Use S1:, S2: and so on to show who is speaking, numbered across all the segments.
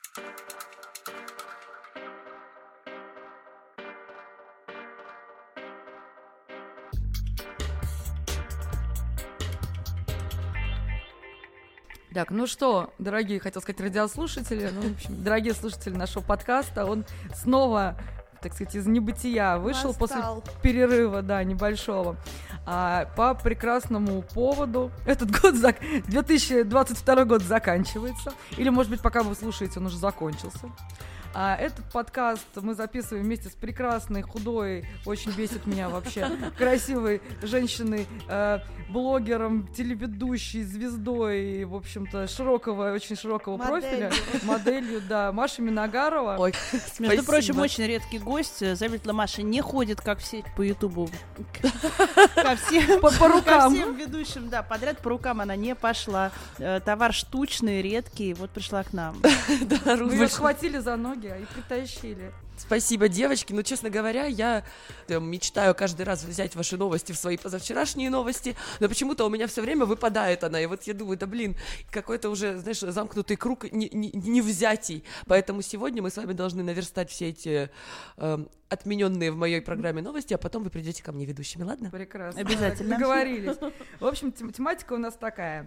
S1: Так, ну что, дорогие, хотел сказать, радиослушатели, в общем, дорогие слушатели нашего подкаста, он снова, так сказать, из небытия вышел после перерыва, небольшого, по прекрасному поводу. Этот год, 2022 год заканчивается, или, может быть, пока вы слушаете, он уже закончился. Этот подкаст мы записываем вместе с прекрасной, худой, очень бесит меня вообще, красивой женщиной, блогером, телеведущей, звездой, в общем-то, очень широкого профиля, моделью, Маша Миногарова.
S2: Ой,
S3: между прочим, очень редкий гость. Заметила, Маша не ходит, как все по Ютубу, ко всем ведущим, подряд по рукам она не пошла. Товар штучный, редкий, вот пришла к нам.
S1: Мы ее схватили за ноги и притащили.
S2: Спасибо, девочки. Ну, честно говоря, я мечтаю каждый раз взять ваши новости в свои позавчерашние новости, но почему-то у меня все время выпадает она. И вот я думаю, какой-то уже, знаешь, замкнутый круг невзятий. Поэтому сегодня мы с вами должны наверстать все эти отмененные в моей программе новости, а потом вы придете ко мне ведущими, ладно?
S1: Прекрасно.
S3: Обязательно.
S1: Договорились. В общем, тематика у нас такая.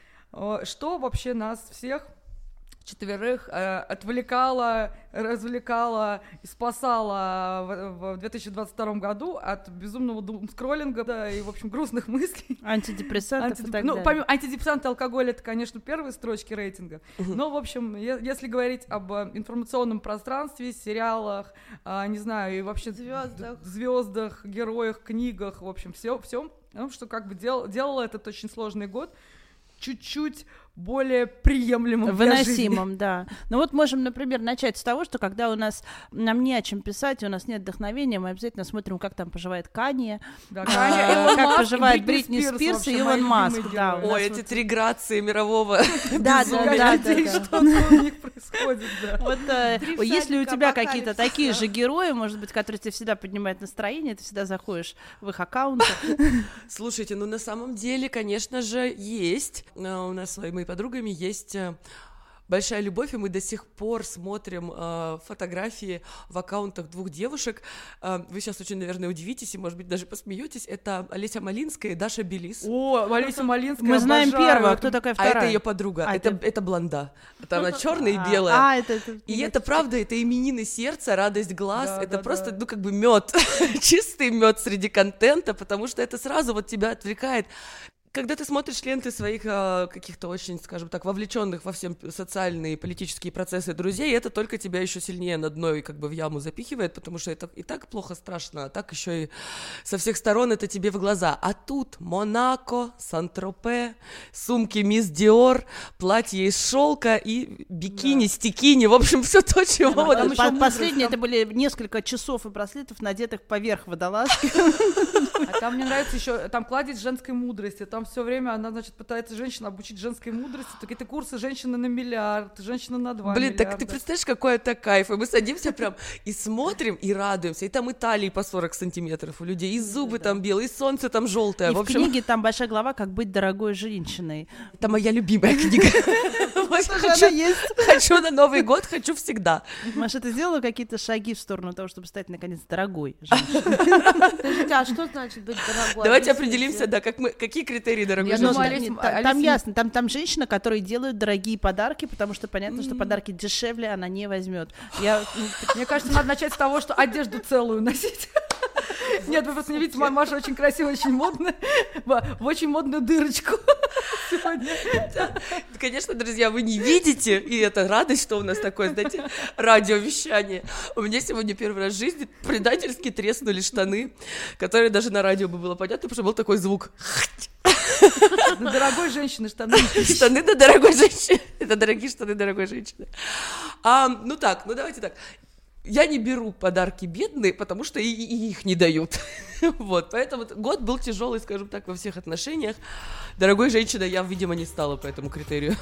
S1: Что вообще нас всех четверых отвлекала, развлекала и спасала в 2022 году от безумного думскроллинга, и, в общем, грустных мыслей.
S3: Антидепрессантов и так далее.
S1: Помимо антидепрессанта, алкоголь — это, конечно, первые строчки рейтинга. Но, в общем, если говорить об информационном пространстве, сериалах, не знаю, и вообще звездах, героях, книгах, в общем, все, что как бы делало этот очень сложный год чуть-чуть более приемлемым,
S3: выносимым, да. Ну вот можем, например, начать с того, что когда нам не о чем писать, у нас нет вдохновения, мы обязательно смотрим, как там поживает Канье, как поживает Бритни Спирс и Илон Маск.
S2: Ой, эти три грации мирового
S1: безумия. Что у них происходит,
S3: Вот если у тебя какие-то такие же герои, может быть, которые тебе всегда поднимают настроение, ты всегда заходишь в их аккаунты.
S2: Слушайте, на самом деле, конечно же, есть. У нас с моими подругами есть большая любовь, и мы до сих пор смотрим фотографии в аккаунтах двух девушек. Вы сейчас очень, наверное, удивитесь и, может быть, даже посмеетесь. Это Олеся Малинская и Даша Белис.
S1: О, Олеся Малинская,
S3: мы знаем первую, а кто такая вторая?
S2: А это ее подруга, это блонда. Это она черная и белая. И это правда, это именины сердца, радость глаз. Это просто, как бы мед, чистый мед среди контента, потому что это сразу вот тебя отвлекает. Когда ты смотришь ленты своих каких-то очень, скажем так, вовлеченных во все социальные и политические процессы друзей, это только тебя еще сильнее на дно и как бы в яму запихивает, потому что это и так плохо, страшно, а так еще и со всех сторон это тебе в глаза. А тут Монако, Сан-Тропе, сумки Мисс Диор, платье из шелка и бикини, стикини, в общем, все то, чего...
S3: Последнее это были несколько часов и браслетов, надетых поверх водолазки.
S1: А там мне нравится еще, там кладезь женской мудрости, там все время она, значит, пытается женщину обучить женской мудрости, какие-то курсы женщины на миллиард, женщина на 2 миллиарда.
S2: Так ты представляешь, какой это кайф, и мы садимся прям и смотрим, и радуемся, и там и талии по 40 сантиметров у людей, и зубы там белые, и солнце там желтое.
S3: И в книге там большая глава «Как быть дорогой женщиной».
S2: Это моя любимая книга. Хочу на Новый год, хочу всегда.
S3: Маша, ты сделала какие-то шаги в сторону того, чтобы стать, наконец, дорогой женщиной?
S4: Подождите, а что значит быть дорогой?
S2: Давайте определимся, какие критерии дорогой женщины.
S3: Там ясно, там женщина, которой делают дорогие подарки, потому что понятно, что подарки дешевле она не возьмет.
S1: Мне кажется, надо начать с того, что одежду целую носить. Нет, вы просто не видите, Маша очень красивая, очень модная, в очень модную дырочку сегодня.
S2: Конечно, друзья, вы не видите, и это радость, что у нас такое, знаете, радиовещание. У меня сегодня первый раз в жизни предательски треснули штаны, которые даже на радио бы было понятно, потому что был такой звук.
S1: На дорогой женщины штаны.
S2: Штаны на дорогой женщины. Это дорогие штаны дорогой женщины. Давайте так. Я не беру подарки бедные, потому что и их не дают. Вот, поэтому год был тяжелый, скажем так, во всех отношениях. Дорогой женщиной я, видимо, не стала по этому критерию.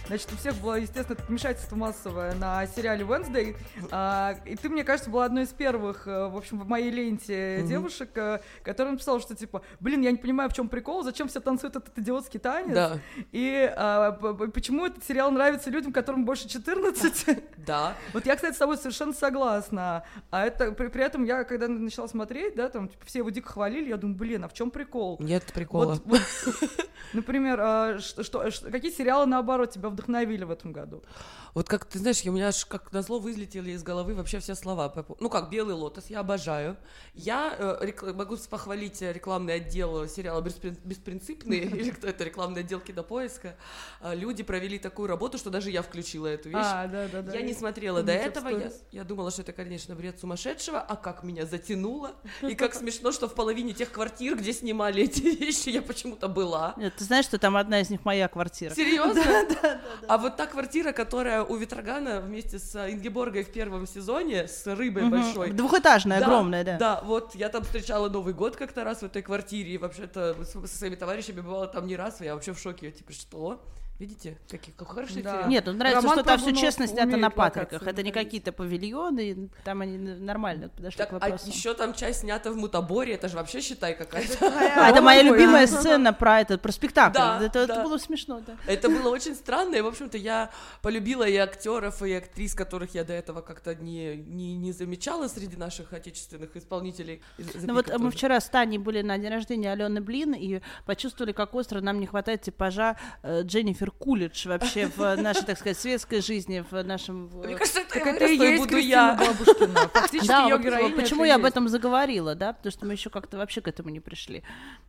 S1: значит, у всех было, естественно, это вмешательство массовое на сериале Wednesday, и ты, мне кажется, была одной из первых, в общем, в моей ленте девушек, которая написала, что, типа, блин, я не понимаю, в чем прикол, зачем все танцуют этот идиотский танец,
S2: да.
S1: И почему этот сериал нравится людям, которым больше 14.
S2: Да.
S1: Вот я, кстати, с тобой совершенно согласна, а это, при этом я, когда начала смотреть, да, там, типа, все его дико хвалили, я думаю, блин, а в чем прикол?
S2: Нет прикола.
S1: Вот, например, какие сериалы, наоборот, тебя вдохновили в этом году?
S2: Вот как, ты знаешь, у меня аж как назло вылетели из головы вообще все слова. Ну как, «Белый лотос» я обожаю. Я могу похвалить рекламный отдел сериала «Беспринципные», или кто это, рекламный отдел Кинопоиска. Люди провели такую работу, что даже я включила эту вещь.
S1: Да.
S2: Я не смотрела до этого, я думала, что это, конечно, бред сумасшедшего, а как меня затянуло, и как смешно, что в половине тех квартир, где снимали эти вещи, я почему-то была.
S3: Нет, ты знаешь, что там одна из них моя квартира?
S2: Серьезно? Да. А вот та квартира, которая у Ветрогана вместе с Ингеборгой в первом сезоне, с рыбой большой.
S3: Двухэтажная, огромная, да.
S2: Да, вот я там встречала Новый год как-то раз в этой квартире, и вообще-то со своими товарищами бывала там не раз, и я вообще в шоке, типа, что? Видите, какой хороший сериал.
S3: Нет, нравится, что там все честно снято на Патриках. Это не какие-то павильоны, там они нормально подошли к вопросу.
S2: А еще там часть снята в Мутаборе, это же вообще, считай, какая-то...
S3: Это моя любимая сцена про спектакль. Это было смешно, да.
S2: Это было очень странно, и, в общем-то, я полюбила и актеров, и актрис, которых я до этого как-то не замечала среди наших отечественных исполнителей.
S3: Ну вот мы вчера с Таней были на день рождения Алены Блин, и почувствовали, как остро нам не хватает типажа Дженнифер Кулидж вообще в нашей, так сказать, светской жизни, в нашем...
S2: Мне кажется,
S1: это и есть Кристина Бабушкина, фактически ее героиня.
S3: Почему я об этом заговорила, да, потому что мы еще как-то вообще к этому не пришли.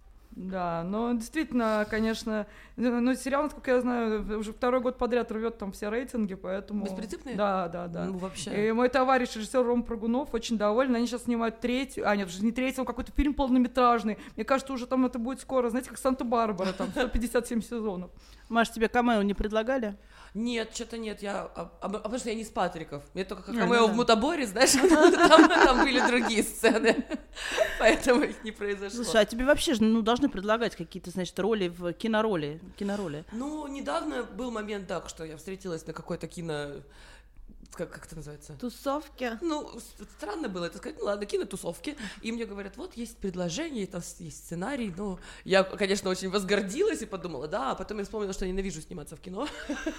S1: Да, но действительно, конечно, ну, сериал, насколько я знаю, уже второй год подряд рвет там все рейтинги, поэтому...
S2: Беспринципные?
S1: Да.
S2: Ну, вообще.
S1: И мой товарищ, режиссер Рома Прыгунов, очень доволен. Они сейчас снимают третью, нет, уже не третью, какой-то фильм полнометражный. Мне кажется, уже там это будет скоро, знаете, как Санта-Барбара, там 157 сезонов.
S3: Маш, тебе камео не предлагали?
S2: Нет, что-то нет, потому что я не с Патриков. Мне только как камео в Мутаборе, знаешь, там были другие сцены, поэтому их не произошло.
S3: Слушай, а тебе вообще же должны предлагать какие-то, значит, роли в кинороли?
S2: Ну, недавно был момент, так, что я встретилась на какой-то как это называется?
S4: Тусовки.
S2: Ну, странно было это сказать. Ну ладно, кинотусовки. И мне говорят, вот есть предложение, там есть сценарий. Ну, я, конечно, очень возгордилась и подумала, да, а потом я вспомнила, что ненавижу сниматься в кино.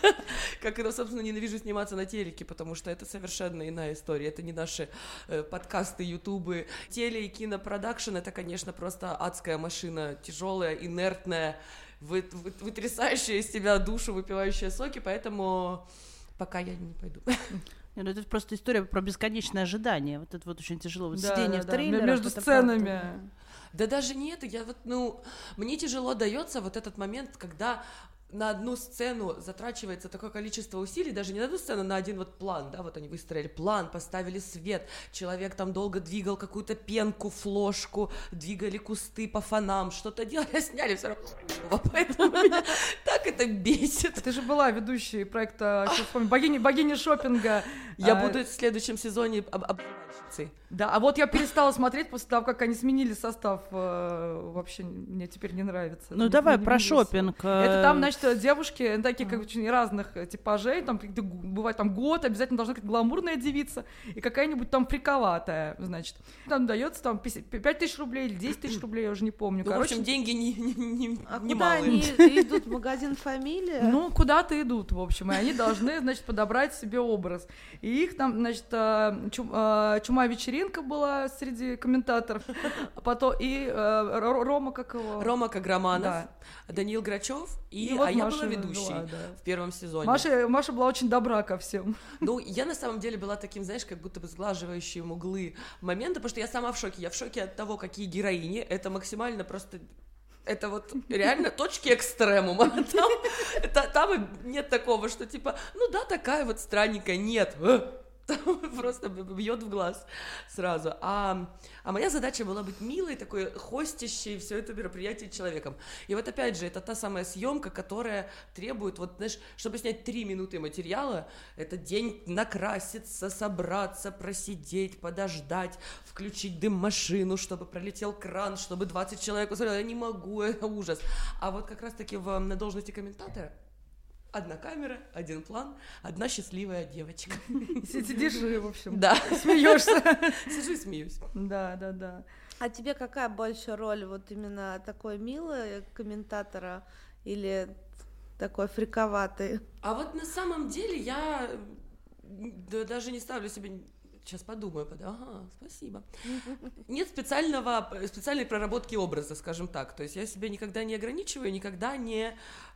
S2: Как и, собственно, ненавижу сниматься на телеке, потому что это совершенно иная история. Это не наши подкасты, ютубы. Теле- и кинопродакшн — это, конечно, просто адская машина, тяжелая, инертная, вытрясающая из себя душу, выпивающая соки, поэтому... Пока я не пойду.
S3: Ну, это просто история про бесконечное ожидание. Вот это вот очень тяжело. Вот сидение в трейлерах.
S1: Между сценами.
S2: Да даже не это. Мне тяжело дается вот этот момент, когда на одну сцену затрачивается такое количество усилий, даже не на одну сцену, на один вот план, да, вот они выстроили план, поставили свет, человек там долго двигал какую-то пенку, флошку, двигали кусты по фонам, что-то делали, сняли все равно, поэтому меня так это бесит.
S1: Ты же была ведущей проекта «Богиня шопинга».
S2: Я буду в следующем сезоне обзывальщицей.
S1: Да, а вот я перестала смотреть после того, как они сменили состав, вообще мне теперь не нравится.
S3: Ну давай про шопинг.
S1: Это там, значит, девушки такие, как очень разных типажей, там бывает там год, обязательно должна быть гламурная девица и какая-нибудь там фриковатая, значит. Там дается там 5 тысяч рублей или 10 тысяч рублей, я уже не помню.
S2: Ну, короче, в общем, деньги не
S4: куда они идут? В магазин «Фамилия»?
S1: Ну, куда-то идут, в общем, и они должны, значит, подобрать себе образ. И их там, значит, чума-вечеринка была среди комментаторов, потом и Рома, как его?
S2: Рома Каграманов, Даниил Грачев, а я была ведущей в первом сезоне.
S1: Маша была очень добра ко всем.
S2: Ну, я на самом деле была таким, знаешь, как будто бы сглаживающим углы момента, потому что я сама в шоке. Я в шоке от того, какие героини. Это максимально просто... Это вот реально точки экстремума. Там нет такого, что типа, ну да, такая вот странненькая. Нет. Просто бьет в глаз сразу. А моя задача была быть милой, такой хостящей все это мероприятие человеком. И вот опять же, это та самая съемка, которая требует, вот знаешь, чтобы снять 3 минуты материала, это день накраситься, собраться, просидеть, подождать, включить дым-машину, чтобы пролетел кран, чтобы 20 человек посмотрели. Я не могу, это ужас. А вот как раз-таки на должности комментатора одна камера, один план, одна счастливая девочка.
S1: Сидишь и, в общем,
S2: да.
S1: смеешься.
S2: Сижу и смеюсь.
S1: Да.
S4: А тебе какая больше роль, вот именно такой милой комментатора или такой фриковатый?
S2: А вот на самом деле я даже не ставлю себе... Сейчас подумаю, ага, спасибо. Нет специальной проработки образа, скажем так. То есть я себя никогда не ограничиваю, никогда не...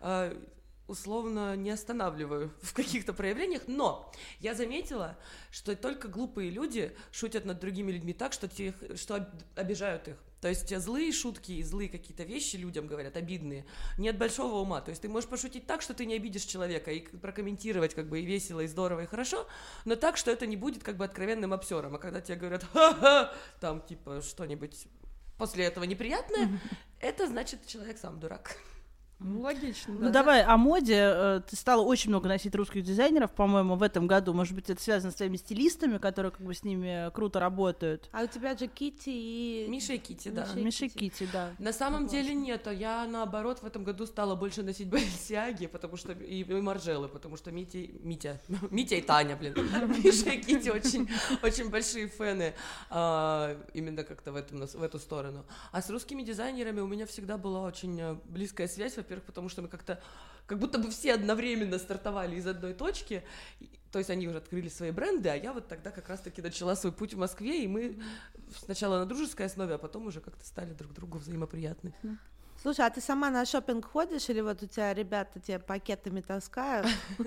S2: условно не останавливаю в каких-то проявлениях, но я заметила, что только глупые люди шутят над другими людьми так, что обижают их. То есть злые шутки и злые какие-то вещи людям говорят, обидные, не от большого ума. То есть ты можешь пошутить так, что ты не обидишь человека, и прокомментировать как бы и весело, и здорово, и хорошо, но так, что это не будет как бы откровенным обсером. А когда тебе говорят ха-ха, там типа что-нибудь после этого неприятное, это значит, человек сам дурак.
S1: Ну, логично.
S3: Ну, давай о моде. Ты стала очень много носить русских дизайнеров, по-моему, в этом году. Может быть, это связано с твоими стилистами, которые как бы с ними круто работают.
S4: А у тебя же Кити и...
S2: Миша и Кити, да.
S3: Миша и Кити, да.
S2: На самом деле нет. Я, наоборот, в этом году стала больше носить Balenciaga, потому что и Маржелы, потому что Митя и Таня, блин. Миша и Кити очень большие фэны именно как-то в эту сторону. А с русскими дизайнерами у меня всегда была очень близкая связь, во-первых, потому что мы как будто бы все одновременно стартовали из одной точки, то есть они уже открыли свои бренды, а я вот тогда как раз-таки начала свой путь в Москве, и мы сначала на дружеской основе, а потом уже как-то стали друг другу взаимоприятны.
S4: Слушай, а ты сама на шопинг ходишь, или вот у тебя ребята тебе пакетами таскают?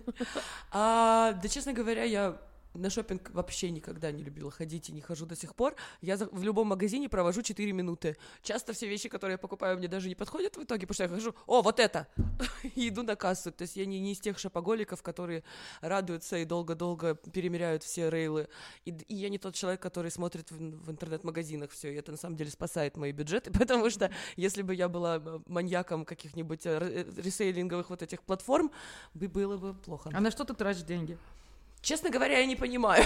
S2: Да, честно говоря, я на шопинг вообще никогда не любила ходить и не хожу до сих пор. Я в любом магазине провожу 4 минуты. Часто все вещи, которые я покупаю, мне даже не подходят в итоге, потому что я хожу, вот это! И иду на кассу. То есть я не из тех шопоголиков, которые радуются и долго-долго перемеряют все рейлы. И я не тот человек, который смотрит в интернет-магазинах все. И это на самом деле спасает мои бюджеты, потому что если бы я была маньяком каких-нибудь ресейлинговых вот этих платформ, было бы плохо.
S1: А на что ты тратишь деньги?
S2: Честно говоря, я не понимаю.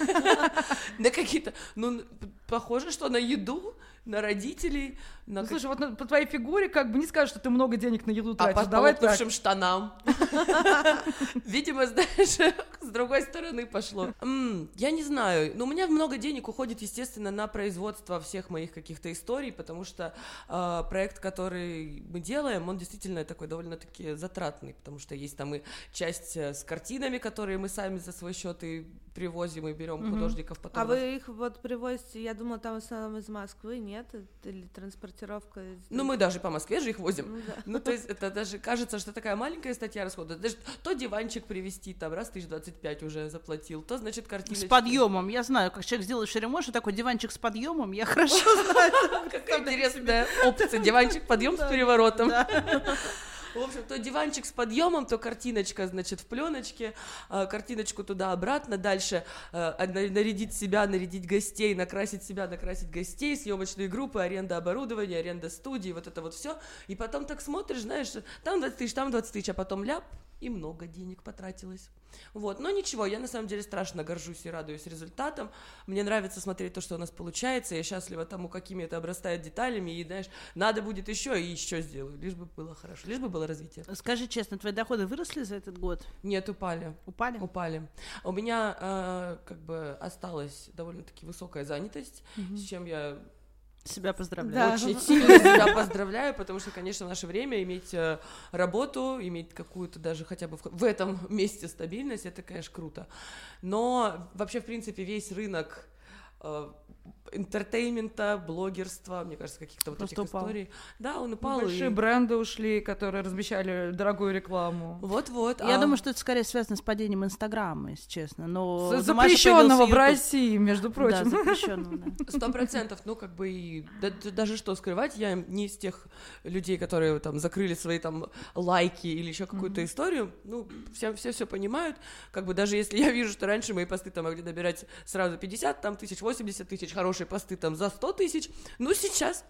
S2: На какие-то... похоже, что на еду, на родителей...
S1: Слушай, вот по твоей фигуре как бы не скажешь, что ты много денег на еду тратишь.
S2: А по лопнувшим штанам. Видимо, знаешь, с другой стороны пошло. Я не знаю. Но у меня много денег уходит, естественно, на производство всех моих каких-то историй, потому что проект, который мы делаем, он действительно такой довольно-таки затратный, потому что есть там и часть с картинами, которые мы сами за свой счет и привозим, и берем художников потом.
S4: А вы их вот привозите, я думала, там в основном из Москвы, нет? Или транспортировка?
S2: Ну, мы даже по Москве же их возим. Ну, то есть это даже кажется, что такая маленькая статья расхода. Даже то диванчик привезти, там, раз 1025 уже заплатил, то, значит, картиночки.
S3: С подъемом. Я знаю, как человек сделает шеремош, и такой диванчик с подъемом, я хорошо знаю.
S2: Какая интересная опция. Диванчик, подъем с переворотом. В общем, то диванчик с подъемом, то картиночка, значит, в пленочке, картиночку туда-обратно, дальше нарядить себя, нарядить гостей, накрасить себя, накрасить гостей, съемочные группы, аренда оборудования, аренда студии, вот это вот все. И потом так смотришь, знаешь, там 20 тысяч, там 20 тысяч, а потом ляп, и много денег потратилось. Вот, но ничего, я на самом деле страшно горжусь и радуюсь результатом. Мне нравится смотреть то, что у нас получается. Я счастлива тому, какими это обрастает деталями. И, знаешь, надо будет еще и еще сделаю, лишь бы было хорошо, лишь бы было развитие.
S3: Скажи честно, твои доходы выросли за этот год?
S2: Нет, упали.
S3: Упали?
S2: Упали. У меня как бы осталась довольно-таки высокая занятость, с чем я...
S3: Себя поздравляю.
S2: Да. Очень сильно себя поздравляю, потому что, конечно, в наше время иметь работу, иметь какую-то даже хотя бы в этом месте стабильность, это, конечно, круто. Но вообще, в принципе, весь рынок интертеймента, блогерства, мне кажется, каких-то вот этих историй. Да, он упал.
S1: Большие бренды ушли, которые размещали дорогую рекламу.
S2: Вот-вот.
S3: Я думаю, что это скорее связано с падением Инстаграма, если честно. Но
S1: запрещенного в России, между прочим.
S3: Да, запрещенного, да.
S2: 100%. Ну, как бы, и даже что скрывать, я не из тех людей, которые там закрыли свои там лайки или еще какую-то историю. Ну, все понимают. Как бы даже если я вижу, что раньше мои посты там могли набирать сразу 50 там, тысяч, 80 тысяч, хорошие посты там за 100 тысяч, ну, сейчас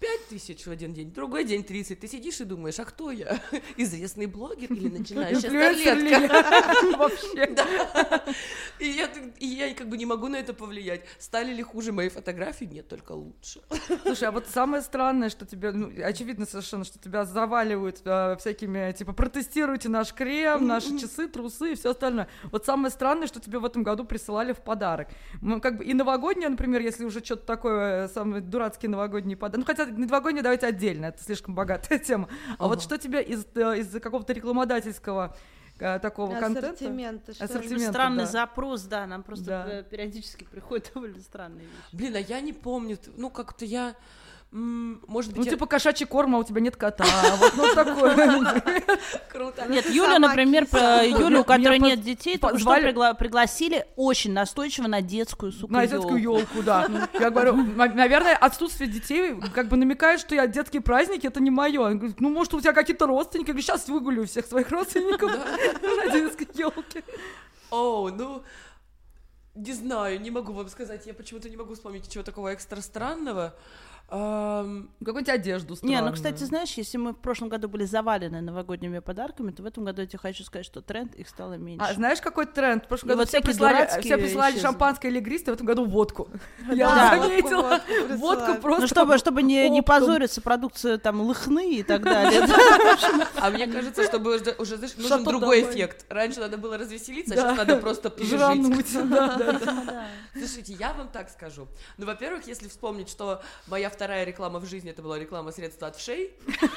S2: 5000 в один день, другой день 30. Ты сидишь и думаешь, а кто я? Известный блогер или начинающая старлетка? Вообще. И я как бы не могу на это повлиять. Стали ли хуже мои фотографии? Нет, только лучше.
S1: Слушай, а вот самое странное, что тебе, очевидно совершенно, что тебя заваливают всякими, типа, протестируйте наш крем, наши часы, трусы и все остальное. Вот самое странное, что тебе в этом году присылали в подарок. Как бы и новогоднее, например, если уже что-то такое, самые дурацкие новогодние подарки. Ну, хотя новогоднее давайте отдельно, это слишком богатая тема. А вот что тебе из какого-то рекламодательского такого контента?
S3: Ассортимента, странный запрос, да, нам просто периодически приходят довольно странные вещи.
S2: Блин, а я не помню, ну, как-то я... Может быть,
S1: типа кошачий корм, а у тебя нет кота. Вот, ну, такое.
S2: Круто.
S3: Нет, Юля, например, Юлю, у которой нет детей, пригласили очень настойчиво на детскую, сука,
S1: на детскую елку, да. Я говорю, наверное, отсутствие детей как бы намекает, что я детские праздники, это не мое. Ну, может, у тебя какие-то родственники? Я говорю, сейчас выгулю всех своих родственников на детской елке.
S2: О, ну... Не знаю, не могу вам сказать. Я почему-то не могу вспомнить ничего такого экстра странного.
S1: Какую-нибудь одежду странную.
S3: Не, ну, кстати, знаешь, если мы в прошлом году были завалены новогодними подарками, то в этом году я тебе хочу сказать, что тренд их стало меньше.
S1: А знаешь, какой тренд? В прошлом году вот все прислали шампанское или игристое, в этом году водку. Я заметила. Водку просто...
S3: Ну, чтобы не позориться продукцию там лыхны и так далее.
S2: А мне кажется, чтобы уже нужен другой эффект. Раньше надо было развеселиться, а сейчас надо просто пережить. Слушайте, я вам так скажу. Ну, во-первых, если вспомнить, что моя вторая реклама в жизни, это была реклама средства от вшей,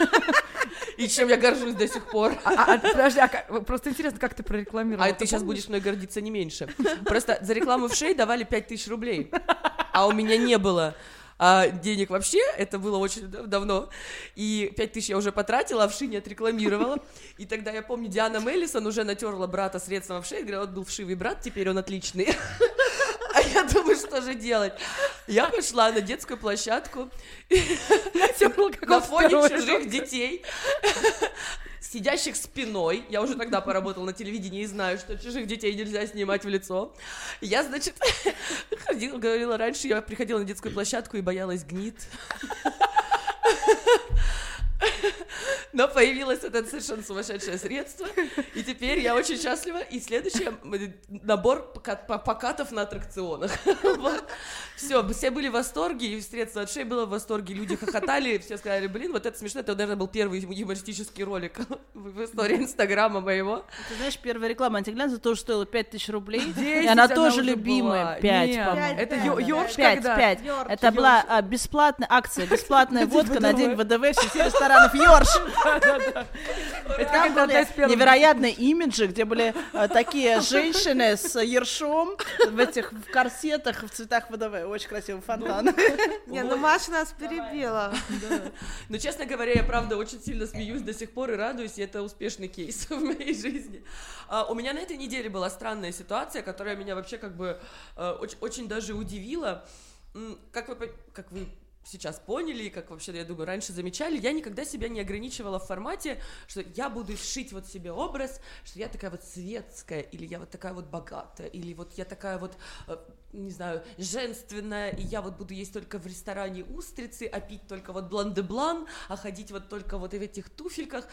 S2: и чем я горжусь до сих пор.
S1: Подожди, просто интересно, как ты прорекламировала.
S2: А ты сейчас будешь мной гордиться не меньше. Просто за рекламу вшей давали 5000 рублей, а у меня не было денег вообще, это было очень давно, и 5000 я уже потратила, а вши не отрекламировала, и тогда я помню, Диана Меллисон уже натерла брата средством вшей, говорила, вот был вшивый брат, теперь он отличный. А я думаю, что же делать? Я пошла на детскую площадку на фоне чужих детей, сидящих спиной. Я уже тогда поработала на телевидении и знаю, что чужих детей нельзя снимать в лицо. Я, значит, говорила раньше, я приходила на детскую площадку и боялась гнид. Но появилось это совершенно сумасшедшее средство, и теперь я очень счастлива. И следующий набор покатов на аттракционах. Все были в восторге, и средство от шеи было в восторге, люди хохотали, все сказали, блин, вот это смешно, это, наверное, был первый юмористический ролик в истории Инстаграма моего.
S3: Ты знаешь, первая реклама антиглянца тоже стоила 5000 рублей, и она тоже любимая. 5, по-моему.
S1: Это Ёрш когда?
S3: 5. Это была бесплатная акция, бесплатная водка на день ВДВ в сети ресторанов Ёрш. Там были невероятные имиджи, где были такие женщины с ершом в этих корсетах, в цветах ВДВ. Очень красивый фонтан.
S4: Не, ну Маша нас перебила.
S2: Но, честно говоря, я, правда, очень сильно смеюсь до сих пор и радуюсь, и это успешный кейс в моей жизни. У меня на этой неделе была странная ситуация, которая меня вообще как бы очень даже удивила. Как вы сейчас поняли, и как вообще, я думаю, раньше замечали, я никогда себя не ограничивала в формате, что я буду шить вот себе образ, что я такая вот светская, или я вот такая вот богатая, или вот я такая вот, не знаю, женственная, и я вот буду есть только в ресторане устрицы, а пить только вот блан-де-блан, а ходить вот только вот в этих туфельках.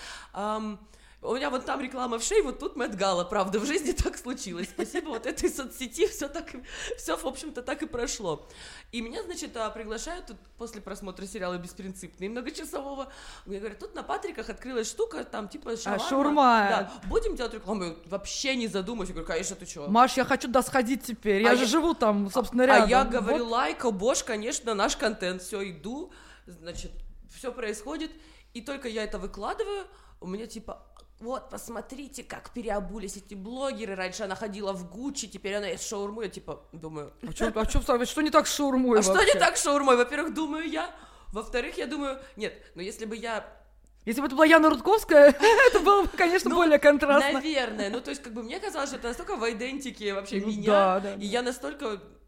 S2: У меня вот там реклама в шее, вот тут Мэтт Гала, правда, в жизни так случилось. Спасибо вот этой соцсети, все, в общем-то, так и прошло. И меня, значит, приглашают тут после просмотра сериала «Беспринципный» многочасового. Мне говорят, тут на Патриках открылась штука, там типа шаурма.
S1: Шаурма.
S2: Да, будем делать рекламу? Я вообще не задумываюсь. Я говорю, конечно, ты чё?
S1: Маш, я хочу туда сходить теперь, я же живу там, собственно, рядом.
S2: А я говорю, лайка, Бош, конечно, наш контент. Все, иду, значит, все происходит, и только я это выкладываю, у меня типа... Вот, посмотрите, как переобулись эти блогеры. Раньше она ходила в Гуччи, теперь она ест шаурму. Я типа думаю...
S1: Что не так с шаурмой вообще?
S2: Что не так с шаурмой? Во-первых, думаю я. Во-вторых, я думаю... Нет, но если бы я...
S1: Если бы это была Яна Рудковская, это было бы, конечно, более контрастно.
S2: Наверное. Ну, то есть, как бы мне казалось, что это настолько в идентике вообще меня. И я настолько...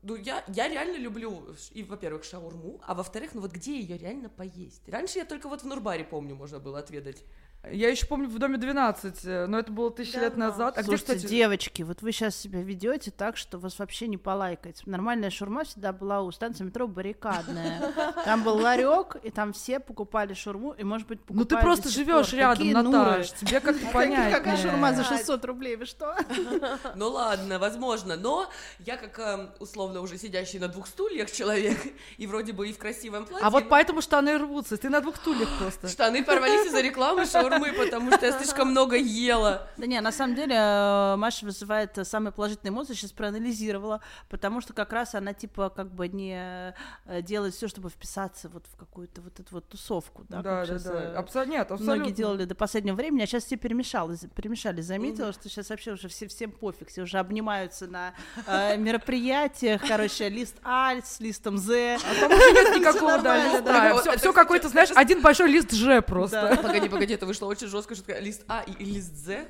S2: Ну, я реально люблю, и, во-первых, шаурму, а во-вторых, ну вот где ее реально поесть? Раньше я только вот в Нурбаре, помню, можно было отведать.
S1: Я еще помню в доме 12, но это было 1000 лет назад.
S3: Слушайте, где, кстати... девочки, вот вы сейчас себя ведете так, что вас вообще не полайкать. Нормальная шаурма всегда была у станции метро Баррикадная. Там был ларек, и там все покупали шаурму, и, может быть, покупали.
S1: Ну ты просто живешь рядом, Наташ, тебе как-то понятнее.
S3: Какая шаурма за 600 рублей, вы что?
S2: Ну ладно, возможно, но я как условно уже сидящий на 2 стульях человек, и вроде бы и в красивом платье.
S1: А вот поэтому штаны рвутся, ты на 2 стульях просто.
S2: Штаны порвались из-за рекламы шаурмы, потому что я слишком много ела.
S3: Да не, на самом деле Маша вызывает самые положительные эмоции, сейчас проанализировала, потому что как раз она типа как бы не делает все, чтобы вписаться вот в какую-то вот эту вот тусовку. Да,
S1: да. Нет, абсолютно.
S3: Многие делали до последнего времени, а сейчас все перемешали. Заметила, что сейчас вообще уже всем пофиг, все уже обнимаются на мероприятиях, короче, лист А с листом З.
S1: А там уже нет никакого листа. Все какой-то, знаешь, один большой лист Ж просто.
S2: Погоди, это вышло очень жестко, что лист А и лист З.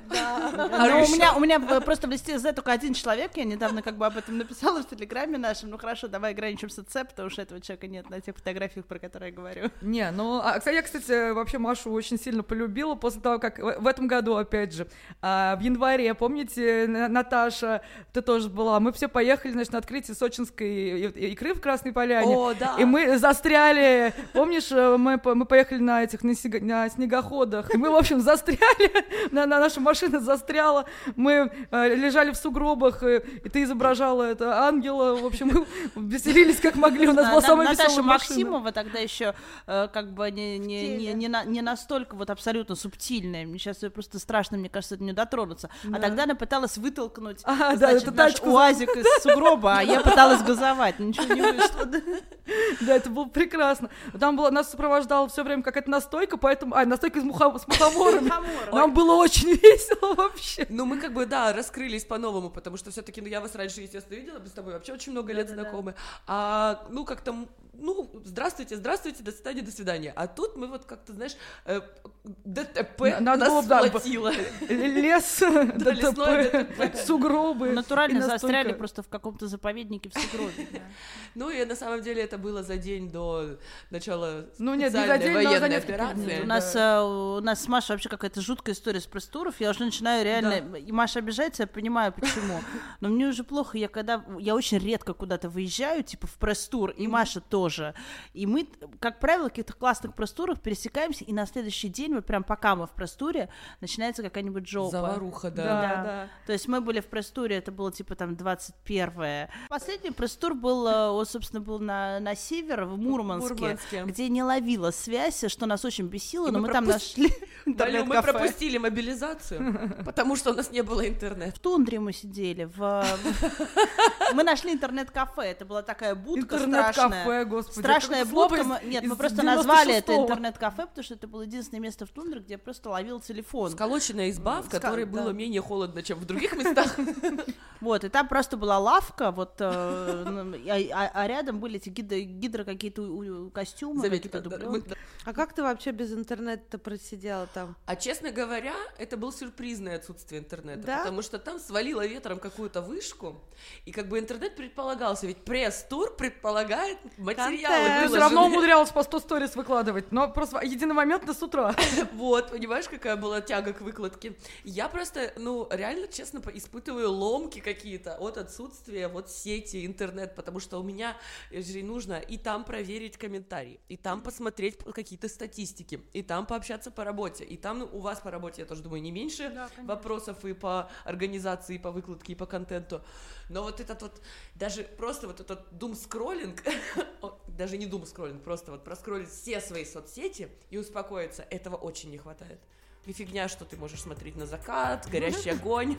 S3: У меня просто в листе З только один человек, я недавно как бы об этом написала в Телеграме нашем, ну хорошо, давай ограничимся Ц, потому что этого человека нет на тех фотографиях, про которые я говорю.
S1: Не, ну, я, кстати, вообще Машу очень сильно полюбила после того, как в этом году, опять же, в январе, помните, Наташа, ты тоже была, мы все поехали, значит, на открытие сочинской икры в Красной Поляне.
S2: О, да.
S1: И мы застряли, помнишь, мы поехали на снегоходах, и мы, в общем, застряли, наша машина застряла, мы лежали в сугробах, и ты изображала это ангела, в общем, мы веселились как могли, у нас была самая веселая машина.
S3: Наташа Максимова тогда еще как бы не настолько вот абсолютно субтильная, сейчас просто страшно, мне кажется, до нее дотронуться, а тогда она пыталась вытолкнуть, значит, наш УАЗик из сугроба, а я пыталась газовать, ничего не вышло.
S1: Да, это было прекрасно. Там нас сопровождала все время какая-то настойка, поэтому... настойка с мухоморами. Нам было очень весело вообще.
S2: Ну, мы как бы, да, раскрылись по-новому, потому что все-таки, я вас раньше, естественно, видела, мы с тобой вообще очень много лет знакомы. Как-то, здравствуйте, до свидания. А тут мы вот как-то, знаешь, ДТП нас схватило.
S1: Лес, ДТП, сугробы.
S3: Натурально застряли просто в каком-то заповеднике в сугробе.
S2: Ну, и на самом деле это было за день до начала
S1: специальной
S2: военной операции.
S3: У нас с Машей вообще какая-то жуткая история с пресс-туров, я уже начинаю реально, и Маша обижается, я понимаю, почему, но мне уже плохо, я очень редко куда-то выезжаю, типа в пресс-тур, и Маша тоже, и мы, как правило, в каких-то классных пресс-турах пересекаемся, и на следующий день, вот прям пока мы в пресс-туре, начинается какая-нибудь жопа.
S2: Заваруха,
S3: да. То есть мы были в пресс-туре, это было типа там 21-е. Последний пресс-тур был, собственно, был на север, в Мурманске, где не ловила связь, что нас очень бесило, но мы там нашли интернет-кафе.
S2: Мы пропустили мобилизацию, потому что у нас не было интернета.
S3: В тундре мы сидели, мы нашли интернет-кафе, это была такая будка страшная.
S1: Интернет-кафе, господи.
S3: Страшная будка. Нет, мы просто назвали это интернет-кафе, потому что это было единственное место в тундре, где я просто ловил телефон.
S2: Сколоченная изба, в которой было менее холодно, чем в других местах.
S3: Вот, и там просто была лавка, вот, а рядом были эти гидро какие-то костюмы, какие-то дубленки.
S4: А как ты вообще без интернета просидела там?
S2: А честно говоря, это было сюрпризное отсутствие интернета,
S4: да?
S2: Потому что там свалило ветром какую-то вышку, и как бы интернет предполагался, ведь пресс-тур предполагает материалы.
S1: Ты все равно умудрялась по 100 сторис выкладывать, но просто единомоментно с утра.
S2: Вот, понимаешь, какая была тяга к выкладке? Я просто, реально, честно, испытываю ломки какие-то от отсутствия вот сети, интернет, потому что у меня же нужно и там проверить комментарии, и там посмотреть какие-то статистики, и там пообщаться по работе, и там у вас по работе, я тоже думаю, не меньше вопросов и по организации, и по выкладке, и по контенту, но вот этот вот, даже просто вот этот думскроллинг, даже не думскроллинг, просто вот проскроллить все свои соцсети и успокоиться, этого очень не хватает. И фигня, что ты можешь смотреть на закат, горящий огонь.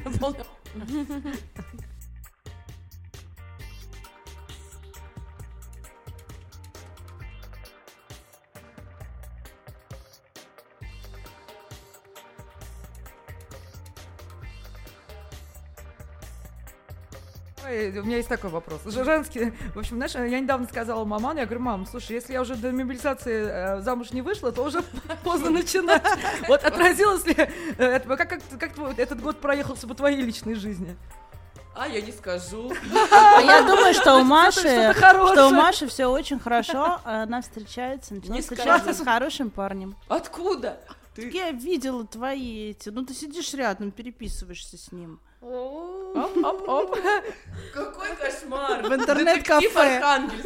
S1: У меня есть такой вопрос. Женский, в общем, знаешь, я недавно сказала маману, я говорю, мам, слушай, если я уже до мобилизации замуж не вышла, то уже поздно начинать. Вот отразилось ли, как этот год проехался по твоей личной жизни?
S2: А я не скажу.
S3: Я думаю, что у Маши все очень хорошо. Она встречается с хорошим парнем.
S2: Откуда?
S3: Я видела твои эти. Ну, ты сидишь рядом, переписываешься с ним.
S2: Оп-оп-оп. Какой кошмар.
S3: В интернет-кафе.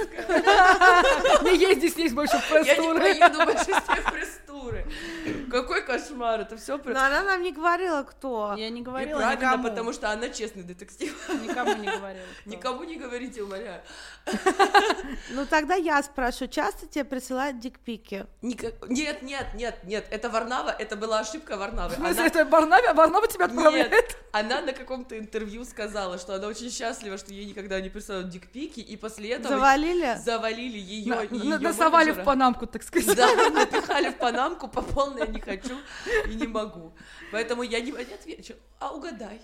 S1: Не езди с ней больше в пресс-туры.
S2: Я не поеду больше с ней в пресс-туры. Какой кошмар, это все.
S4: Но она нам не говорила, кто.
S3: Я не говорила
S2: правильно,
S3: никому.
S2: потому что она честный детектив.
S3: Никому не говорила.
S2: Никому не говорите, умоляю.
S4: Ну тогда я спрашиваю, часто тебе присылают дикпики?
S2: Нет, это Варнава, это была ошибка Варнавы.
S1: В смысле, это Варнава тебя отправляет?
S2: Нет, она на каком-то интервью сказала, что она очень счастлива, что ей никогда не присылают дикпики, и после этого завалили ее и ее
S1: насовали в панамку, так сказать.
S2: Да, напихали в панамку, по полной я не хочу и не могу. Поэтому я не отвечу, а угадай.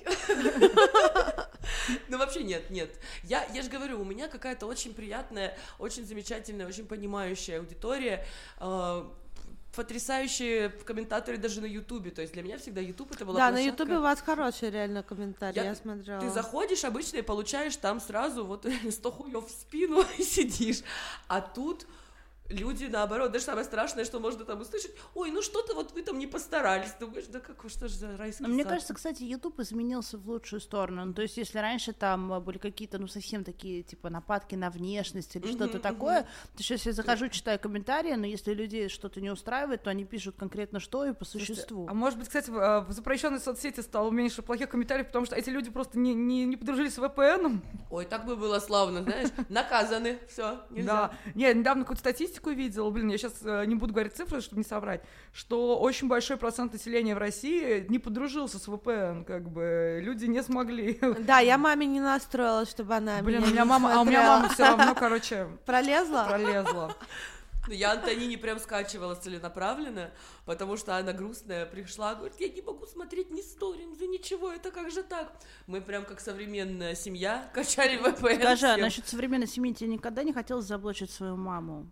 S2: Ну вообще нет. Я же говорю, у меня какая-то очень приятная, очень замечательная, очень понимающая аудитория, потрясающие комментаторы даже на Ютубе, то есть для меня всегда Ютуб это была площадка.
S4: Да, на Ютубе у вас хорошие реально комментарии, я смотрела.
S2: Ты заходишь обычно и получаешь там сразу вот 100 хуёв в спину и сидишь, а тут люди, наоборот, даже самое страшное, что можно там услышать, ой, ну что-то вот вы там не постарались, думаешь, да какой, что ж за райский сад.
S3: Мне кажется, кстати, YouTube изменился в лучшую сторону, ну, то есть если раньше там были какие-то, ну, совсем такие, типа, нападки на внешность или что-то такое, то сейчас я захожу, читаю комментарии, но если людей что-то не устраивает, то они пишут конкретно что и по существу.
S1: А может быть, кстати, в запрещенной соцсети стало меньше плохих комментариев, потому что эти люди просто не подружились с VPN-ом.
S2: Ой, так бы было славно, знаешь, наказаны, все, нельзя.
S1: Да, я недавно какую-то статистику видела, я сейчас не буду говорить цифры, чтобы не соврать, что очень большой процент населения в России не подружился с VPN, как бы, люди не смогли.
S4: Да, я маме не настроила, чтобы она
S1: у меня мама все равно, короче...
S4: Пролезла.
S2: Я Антонине прям скачивала целенаправленно, потому что она грустная пришла, говорит, я не могу смотреть ни сторингсы, ничего, это как же так? Мы прям как современная семья качали VPN.
S3: Скажи, а насчет современной семьи тебе никогда не хотелось заблочить свою маму?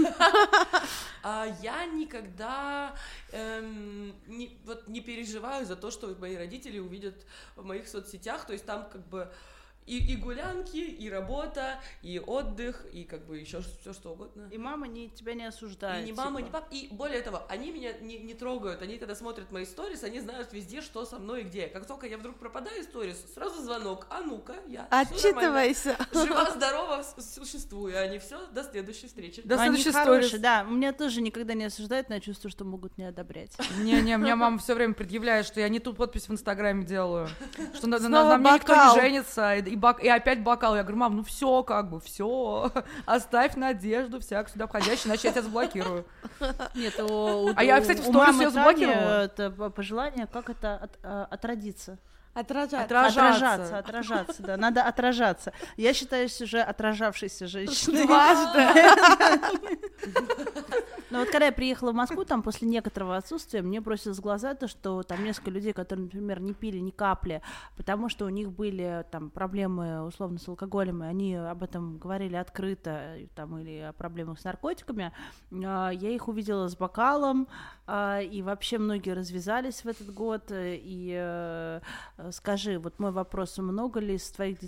S2: Я никогда не переживаю за то, что мои родители увидят в моих соцсетях, то есть там как бы и гулянки, и работа, и отдых, и как бы еще все что угодно.
S3: И мама тебя не осуждает.
S2: И ни мама, ни папа. И более того, они меня не трогают, они когда смотрят мои сторис, они знают везде, что со мной и где. Как только я вдруг пропадаю из сторис, сразу звонок, а ну-ка, я
S4: отчитывайся.
S2: Жива-здорова, существую, а не все, до следующей встречи.
S1: До следующей сторис.
S3: Да, меня тоже никогда не осуждают, но я чувствую, что могут не одобрять.
S1: Не, меня мама все время предъявляет, что я не ту подпись в Инстаграме делаю, что на мне никто не женится, и опять бокал. Я говорю, мам, ну все, как бы, все, оставь надежду всяк сюда входящий, иначе я тебя заблокирую.
S3: Нет,
S1: я, кстати, в сторис ее заблокировала.
S3: Это пожелание, как это отродиться.
S4: Отражаться,
S3: да, надо отражаться. Я считаюсь уже отражавшейся женщиной.
S4: Дважды.
S3: Но вот когда я приехала в Москву, там после некоторого отсутствия, мне бросилось в глаза то, что там несколько людей, которые, например, не пили ни капли, потому что у них были там проблемы, условно, с алкоголем, и они об этом говорили открыто, там, или о проблемах с наркотиками, я их увидела с бокалом, и вообще многие развязались в этот год, и скажи, вот мой вопрос, много ли из твоих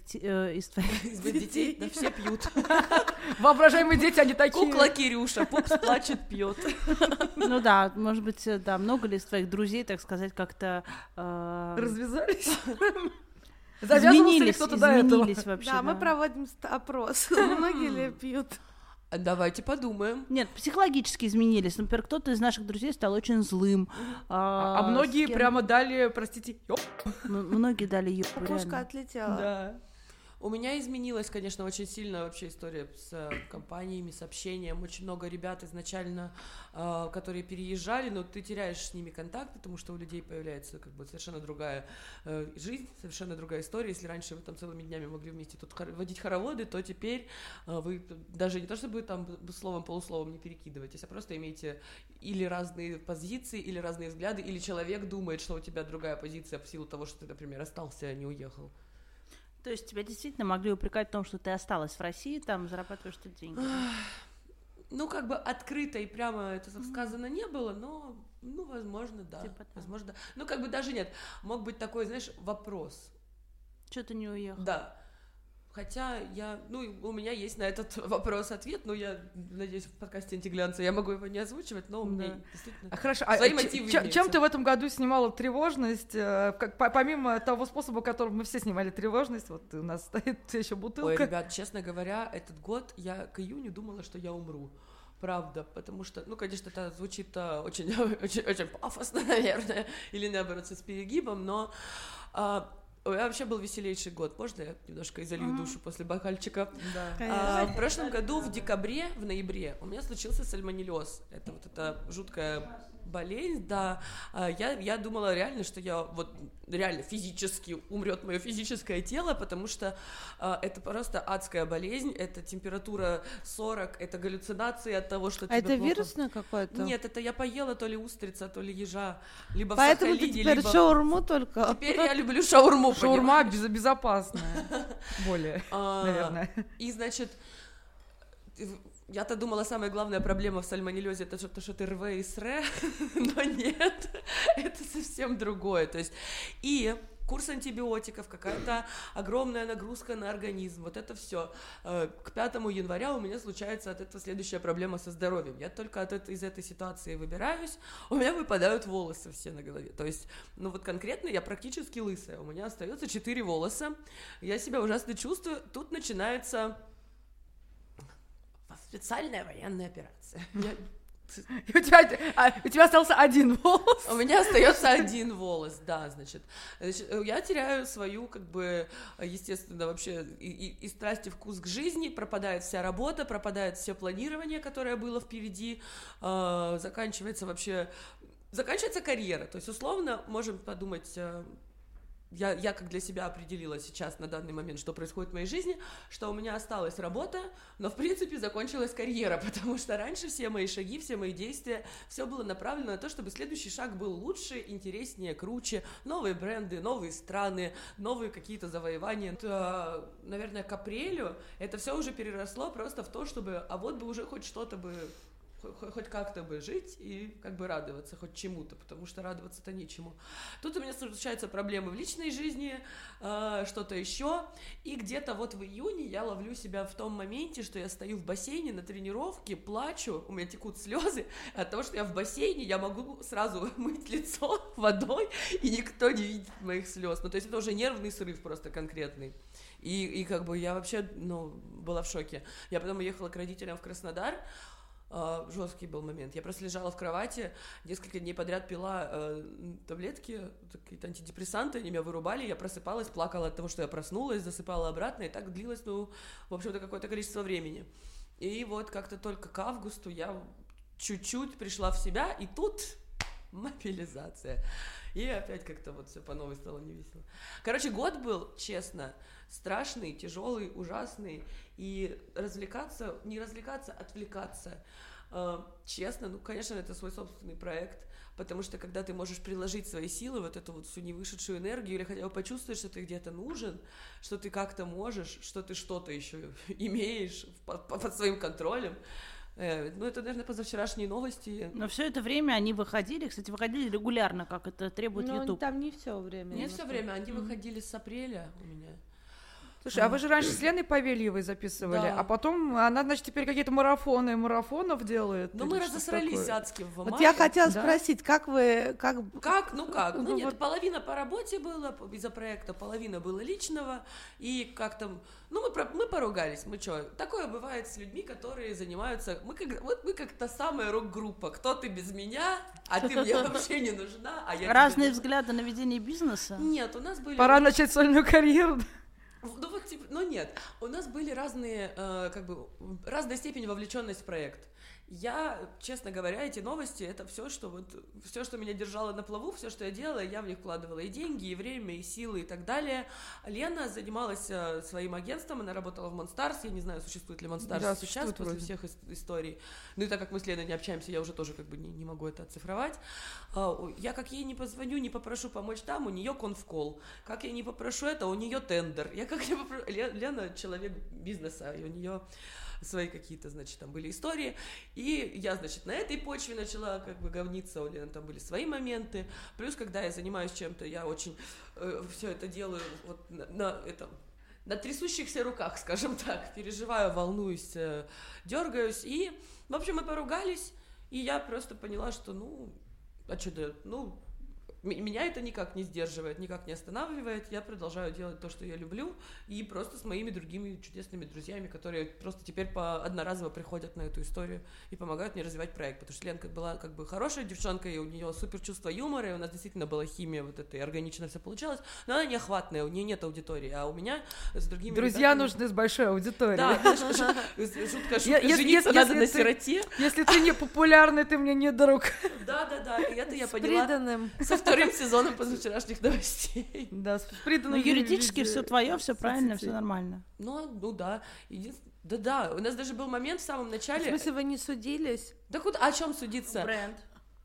S2: детей? Да все пьют.
S1: Воображаемые дети, они такие.
S2: Кукла Кирюша, пупс плачет, пьет.
S3: Ну да, может быть, да, много ли из твоих друзей, так сказать, как-то...
S1: Развязались?
S3: Изменились вообще.
S4: Да, мы проводим опрос, многие ли пьют.
S2: Давайте подумаем.
S3: Нет, психологически изменились. Например, кто-то из наших друзей стал очень злым.
S1: А многие прямо дали, простите, ёп.
S3: Многие дали ёп.
S4: Кукушка отлетела.
S2: Да. У меня изменилась, конечно, очень сильно вообще история с компаниями, с общением. Очень много ребят изначально, которые переезжали, но ты теряешь с ними контакт, потому что у людей появляется как бы совершенно другая жизнь, совершенно другая история. Если раньше вы там целыми днями могли вместе тут водить хороводы, то теперь вы даже не то чтобы там словом-полусловом не перекидываетесь, а просто имеете или разные позиции, или разные взгляды, или человек думает, что у тебя другая позиция в силу того, что ты, например, остался, а не уехал.
S3: То есть тебя действительно могли упрекать в том, что ты осталась в России, там зарабатываешь тут деньги?
S2: Ну, как бы открыто и прямо это сказано не было, но, ну, возможно, да.
S3: Типа
S2: возможно, да. Ну, как бы даже нет. Мог быть такой, знаешь, вопрос.
S3: Что ты не уехал?
S2: Да. Хотя у меня есть на этот вопрос ответ, но я надеюсь, в подкасте «Антиглянца» я могу его не озвучивать, но у меня действительно
S1: хорошо.
S2: свои мотивы имеются.
S1: Чем ты в этом году снимала тревожность, помимо того способа, которым мы все снимали тревожность, вот у нас стоит еще бутылка.
S2: Ой, ребят, честно говоря, этот год я к июню думала, что я умру. Правда, потому что, конечно, это звучит очень, очень, очень пафосно, наверное, или наоборот, с перегибом, но... У меня вообще был веселейший год. Можно я немножко изолью душу после бокальчика?
S1: Да.
S2: В прошлом году, в ноябре, у меня случился сальмонеллез. Это вот эта жуткая болезнь, да. Я думала реально, что я вот реально физически умрет мое физическое тело, потому что это просто адская болезнь, это температура 40, это галлюцинации от того, что тебе
S4: это
S2: плохо.
S4: Вирусное какое-то?
S2: Нет, это я поела то ли устрица, то ли ежа, либо
S4: поэтому
S2: в Сахалине,
S4: ты теперь шаурму только?
S2: Теперь я люблю шаурму.
S1: Шаурма безопасная, более, наверное.
S2: И, значит, я-то думала, самая главная проблема в сальмонеллезе это что ты РВ и СРЭ, но нет, это совсем другое. То есть и курс антибиотиков, какая-то огромная нагрузка на организм, вот это все. К 5 января у меня случается от этого следующая проблема со здоровьем. Я только из этой ситуации выбираюсь, у меня выпадают волосы все на голове. То есть, конкретно я практически лысая, у меня остается 4 волоса, я себя ужасно чувствую, тут начинается специальная военная операция.
S1: У тебя остался один волос?
S2: У меня остается один волос, да, значит, я теряю свою, естественно, вообще и страсть, и вкус к жизни, пропадает вся работа, пропадает все планирование, которое было впереди, заканчивается карьера, то есть, условно, можем подумать... Я как для себя определила сейчас на данный момент, что происходит в моей жизни, что у меня осталась работа, но в принципе закончилась карьера, потому что раньше все мои шаги, все мои действия, все было направлено на то, чтобы следующий шаг был лучше, интереснее, круче, новые бренды, новые страны, новые какие-то завоевания. Наверное, к апрелю это все уже переросло просто в то, чтобы, вот бы уже хоть что-то бы... хоть как-то бы жить и радоваться хоть чему-то, потому что радоваться-то нечему. Тут у меня случаются проблемы в личной жизни, что-то еще, и где-то вот в июне я ловлю себя в том моменте, что я стою в бассейне на тренировке, плачу, у меня текут слезы от того, что я в бассейне, я могу сразу мыть лицо водой, и никто не видит моих слез. То есть это уже нервный срыв просто конкретный. И я вообще, была в шоке. Я потом уехала к родителям в Краснодар. Жесткий был момент. Я просто лежала в кровати, несколько дней подряд пила таблетки, какие-то антидепрессанты, они меня вырубали, я просыпалась, плакала от того, что я проснулась, засыпала обратно, и так длилось, в общем-то, какое-то количество времени. И вот как-то только к августу я чуть-чуть пришла в себя, и тут мобилизация. И опять как-то вот все по новой стало невесело. Короче, год был, честно, страшный, тяжелый, ужасный, и не развлекаться, отвлекаться. Честно, конечно, это свой собственный проект, потому что когда ты можешь приложить свои силы, вот эту вот всю невышедшую энергию, или хотя бы почувствовать, что ты где-то нужен, что ты как-то можешь, что ты что-то еще имеешь под своим контролем. Это, наверное, позавчерашние новости.
S3: Но все это время они выходили, кстати, регулярно, как это требует YouTube.
S4: Там не все время.
S2: Не все время, они выходили с апреля у меня.
S1: Слушай, а вы же раньше с Леной Павельевой записывали,
S2: да.
S1: А потом она, значит, теперь какие-то марафонов делает.
S2: Мы разосрались адски в мае.
S4: Вот я хотела спросить, как вы...
S2: Нет, половина по работе было из-за проекта, половина было личного, и как-то... мы поругались, мы что? Такое бывает с людьми, которые занимаются... Мы как та самая рок-группа. Кто ты без меня, а ты мне вообще не нужна, а я...
S3: Разные взгляды на ведение бизнеса?
S2: Нет, у нас были...
S1: Пора начать сольную карьеру.
S2: Нет, у нас были разная степень вовлеченности в проект. Я, честно говоря, эти новости, это все, что меня держало на плаву, все, что я делала, я в них вкладывала и деньги, и время, и силы, и так далее. Лена занималась своим агентством, она работала в Monstars, я не знаю, существует ли Monstars сейчас, после всех историй. И так как мы с Леной не общаемся, я уже тоже не могу это оцифровать. Я как ей не позвоню, не попрошу помочь там, у нее конфкол. Как я не попрошу это, у нее тендер. Лена человек бизнеса, и у нее свои какие-то, значит, там были истории, и И я, значит, на этой почве начала как бы говниться, у Лены там были свои моменты, плюс, когда я занимаюсь чем-то, я очень все это делаю вот на трясущихся руках, скажем так, переживаю, волнуюсь, дергаюсь, и, в общем, мы поругались, и я просто поняла, что, меня это никак не сдерживает, никак не останавливает, я продолжаю делать то, что я люблю, и просто с моими другими чудесными друзьями, которые просто теперь одноразово приходят на эту историю и помогают мне развивать проект, потому что Ленка была как бы хорошая девчонка, и у нее супер чувство юмора, и у нас действительно была химия вот эта, и органично все получалось, но она неохватная, у нее нет аудитории, а у меня с другими
S1: друзья
S2: ребятами...
S1: нужны с большой аудиторией.
S2: Да, шутка, жениться надо на сироте.
S1: Если ты не популярный, ты мне не друг.
S2: Да, и это я поняла со вторым сезоном позавчерашних новостей.
S1: Да, с приданным.
S3: Ну, юридически все твое, все правильно, все нормально.
S2: Ну да. Да, у нас даже был момент в самом начале.
S4: В смысле, вы не судились?
S2: Да куда? О чем судиться?
S3: Бренд.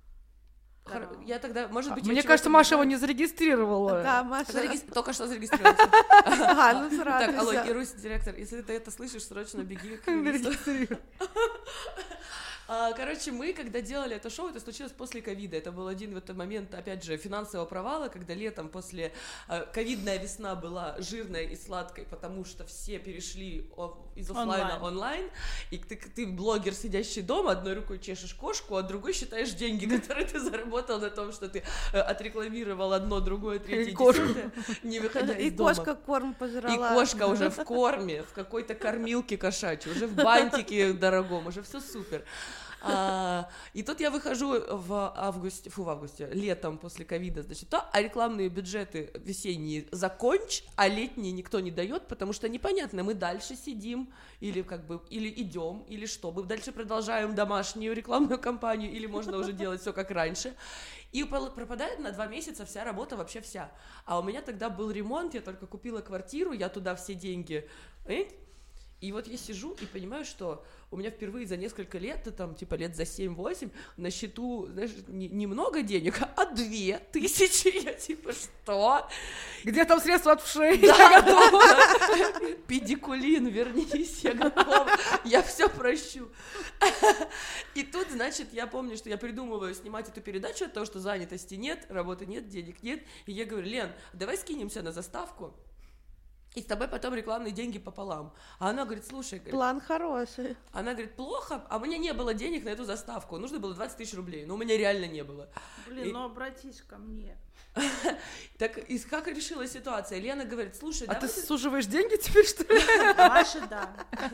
S2: Я тогда, может быть,
S1: мне кажется, Маша его не зарегистрировала.
S4: Да, Маша.
S2: Только что зарегистрировалась.
S4: Ага, ну сразу.
S2: Так, алло, Ирусь, директор, если ты это слышишь, срочно беги к
S1: Зарегистрируй.
S2: Короче, мы, когда делали это шоу, это случилось после ковида. Это был один в этот момент, опять же, финансового провала, когда летом после ковидная весна была жирной и сладкой, потому что все перешли из офлайна онлайн, и ты блогер, сидящий дома, одной рукой чешешь кошку, а другой считаешь деньги, которые ты заработал на том, что ты отрекламировал одно, другое, третье, десятое, не выходя из дома.
S4: И кошка корм пожрала.
S2: И кошка уже в корме, в какой-то кормилке кошачьей, уже в бантике дорогом, уже все супер. И тут я выхожу летом после ковида, значит, а рекламные бюджеты весенние закончь, а летние никто не дает, потому что непонятно, мы дальше сидим или идем, или что, мы дальше продолжаем домашнюю рекламную кампанию, или можно уже делать все как раньше. И пропадает на 2 месяца вся работа, вообще вся. А у меня тогда был ремонт, я только купила квартиру, я туда все деньги... И вот я сижу и понимаю, что у меня впервые за несколько лет, лет за 7-8, на счету, знаешь, немного денег, а 2000. Я что?
S1: Где там средства от вшей?
S2: Да, готова. Педикулин, вернись, я готова. Я все прощу. И тут, значит, я помню, что я придумываю снимать эту передачу от того, что занятости нет, работы нет, денег нет. И я говорю: Лен, давай скинемся на заставку, и с тобой потом рекламные деньги пополам. А она говорит: слушай...
S4: План хороший.
S2: Она говорит: плохо, а у меня не было денег на эту заставку. Нужно было 20 000 рублей, но у меня реально не было.
S3: Блин, ну обратись ко мне.
S2: Так, и как решилась ситуация? Лена говорит: слушай,
S1: а ты суживаешь деньги теперь, что ли?
S3: Маша, да.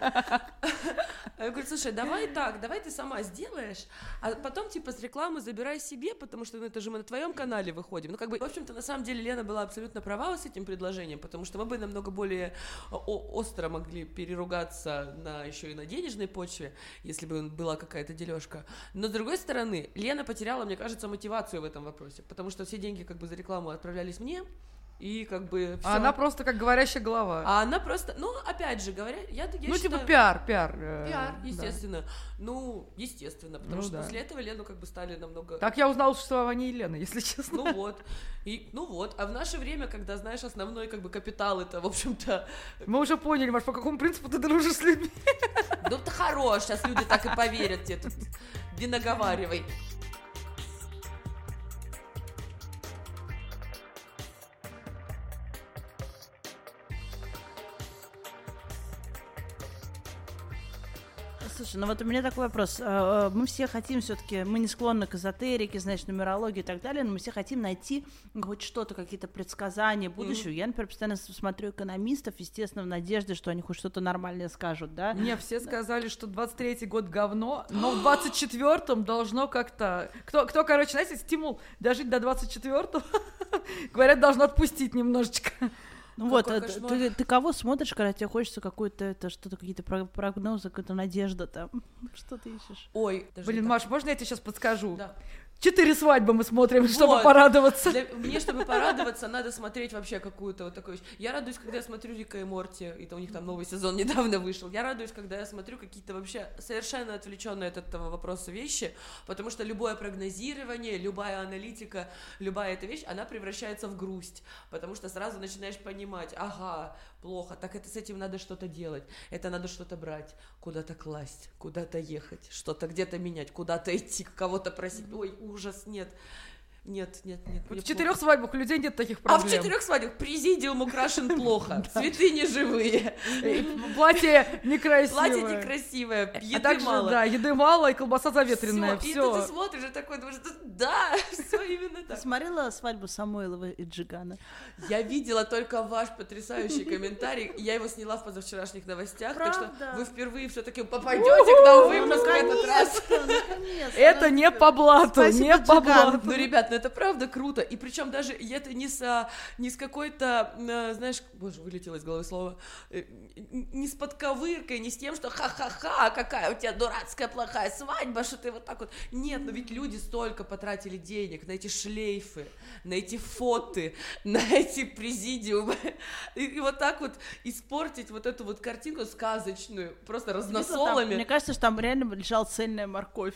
S2: Я говорю: слушай, давай ты сама сделаешь, а потом, с рекламы забирай себе, потому что, это же мы на твоем канале выходим. В общем-то, на самом деле, Лена была абсолютно права с этим предложением, потому что мы бы намного более остро могли переругаться еще и на денежной почве, если бы была какая-то дележка. Но, с другой стороны, Лена потеряла, мне кажется, мотивацию в этом вопросе, потому что все деньги за рекламу отправлялись мне, и всё.
S1: А она просто как говорящая голова.
S2: А она просто, опять же говоря, я считаю...
S1: пиар.
S2: Пиар, естественно. Да. Естественно, потому что после этого Лену стали намного...
S1: Так я узнала существование Елены, если честно.
S2: А в наше время, когда, знаешь, основной капитал это, в общем-то...
S1: Мы уже поняли, Маш, по какому принципу ты дружишь с людьми.
S2: Ну ты хорош, сейчас люди так и поверят тебе, тут не наговаривай.
S3: Слушай, вот у меня такой вопрос. Мы все хотим все-таки, мы не склонны к эзотерике, нумерологии и так далее, но мы все хотим найти хоть что-то, какие-то предсказания будущего. Я, например, постоянно смотрю экономистов, естественно, в надежде, что они хоть что-то нормальное скажут, да?
S1: Мне все сказали, что 23-й год говно, но в 24-м должно как-то... Кто, знаете, стимул дожить до 24-го, говорят, должно отпустить немножечко.
S3: Ну вот, ты кого смотришь, когда тебе хочется какие-то прогнозы, какая-то надежда там? Что ты ищешь?
S2: Ой,
S1: Блин, Маш, можно я тебе сейчас подскажу?
S2: Да.
S1: 4 свадьбы мы смотрим, чтобы порадоваться.
S2: Мне, чтобы порадоваться, надо смотреть вообще какую-то вот такую вещь. Я радуюсь, когда я смотрю Рика и Морти, это у них там новый сезон недавно вышел. Я радуюсь, когда я смотрю какие-то вообще совершенно отвлеченные от этого вопроса вещи, потому что любое прогнозирование, любая аналитика, любая эта вещь, она превращается в грусть, потому что сразу начинаешь понимать, ага, плохо, так это с этим надо что-то делать, это надо что-то брать, куда-то класть, куда-то ехать, что-то где-то менять, куда-то идти, кого-то просить, ой, ужас, нет.
S1: В 4 свадьбах у людей нет таких проблем.
S2: А в 4 свадьбах президиум украшен плохо, цветы не живые,
S1: платье некрасивое,
S2: еды мало.
S1: Да, еды мало и колбаса заветренная.
S2: Всё. И ты смотришь и такой думаешь, да, все именно так.
S3: Ты смотрела свадьбу Самойлова и Джигана?
S2: Я видела только ваш потрясающий комментарий, я его сняла в позавчерашних новостях, так что вы впервые все-таки попадете к нам в выпуск в этот раз.
S1: Это не по блату, не по блату.
S2: Ну, ребят, это правда круто, и причем даже это не с какой-то, знаешь, боже, вылетело из головы слово, не с подковыркой, не с тем, что ха-ха-ха, какая у тебя дурацкая плохая свадьба, что ты вот так вот, нет, но ведь люди столько потратили денег на эти шлейфы, на эти фоты, на эти президиумы, и вот так вот испортить вот эту вот картинку сказочную, просто разносолами.
S3: Мне кажется, что там реально лежала цельная морковь.